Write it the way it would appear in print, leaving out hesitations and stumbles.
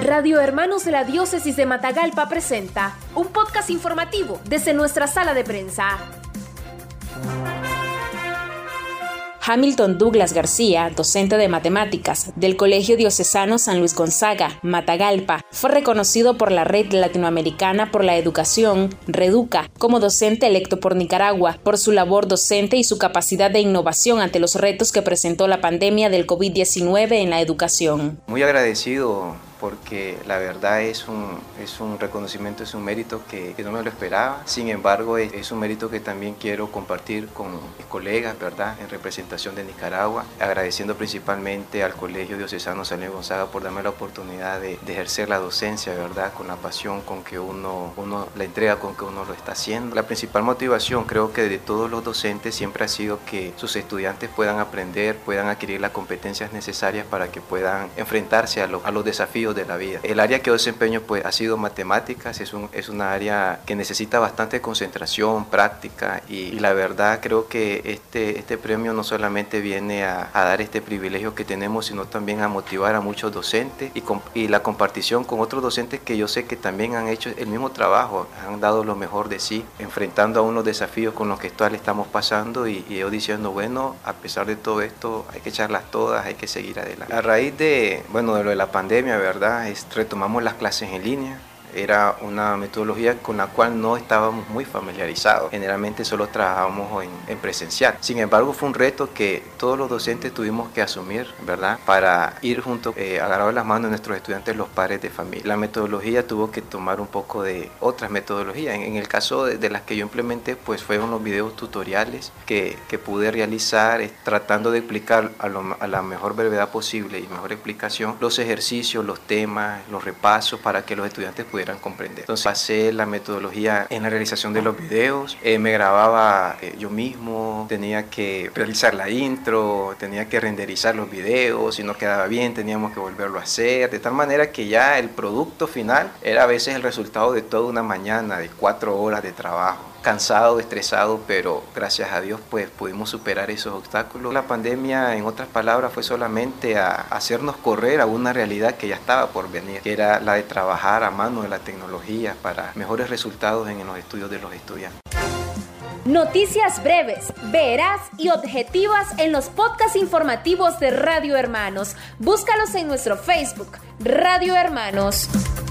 Radio Hermanos de la Diócesis de Matagalpa presenta un podcast informativo desde nuestra sala de prensa. Hamilton Douglas García, docente de matemáticas del Colegio Diocesano San Luis Gonzaga, Matagalpa, fue reconocido por la Red Latinoamericana por la Educación, REDUCA, como docente electo por Nicaragua, por su labor docente y su capacidad de innovación ante los retos que presentó la pandemia del COVID-19 en la educación. Muy agradecido porque la verdad es un reconocimiento, es un mérito que no me lo esperaba. Sin embargo, es un mérito que también quiero compartir con mis colegas, ¿verdad?, en representación de Nicaragua, agradeciendo principalmente al Colegio Diocesano San Luis Gonzaga por darme la oportunidad de ejercer la docencia, ¿verdad?, con la pasión con que uno la entrega con que uno lo está haciendo. La principal motivación, creo que de todos los docentes, siempre ha sido que sus estudiantes puedan aprender, puedan adquirir las competencias necesarias para que puedan enfrentarse a los desafíos de la vida. El área que yo desempeño pues ha sido matemáticas, es una área que necesita bastante concentración, práctica y la verdad creo que este premio no solamente viene a dar este privilegio que tenemos, sino también a motivar a muchos docentes y la compartición con otros docentes que yo sé que también han hecho el mismo trabajo, han dado lo mejor de sí, enfrentando a unos desafíos con los que estamos pasando y yo diciendo, bueno, a pesar de todo esto hay que echarlas todas, hay que seguir adelante. A raíz de lo de la pandemia, ¿verdad?, retomamos las clases en línea. Era una metodología con la cual no estábamos muy familiarizados. Generalmente solo trabajábamos en presencial. Sin embargo, fue un reto que todos los docentes tuvimos que asumir, ¿verdad?, para ir juntos, agarrados las manos de nuestros estudiantes, los padres de familia. La metodología tuvo que tomar un poco de otras metodologías. En el caso de las que yo implementé, pues fueron los videos tutoriales que pude realizar, tratando de explicar a la mejor brevedad posible y mejor explicación los ejercicios, los temas, los repasos para que los estudiantes pudieran comprender. Entonces pasé la metodología en la realización de los videos, me grababa yo mismo, tenía que realizar la intro, tenía que renderizar los videos, si no quedaba bien teníamos que volverlo a hacer, de tal manera que ya el producto final era a veces el resultado de toda una mañana, de 4 horas de trabajo. Cansado, estresado, pero gracias a Dios pues pudimos superar esos obstáculos. La pandemia, en otras palabras, fue solamente a hacernos correr a una realidad que ya estaba por venir, que era la de trabajar a mano de la tecnología para mejores resultados en los estudios de los estudiantes. Noticias breves, veraz y objetivas en los podcasts informativos de Radio Hermanos. Búscalos en nuestro Facebook, Radio Hermanos.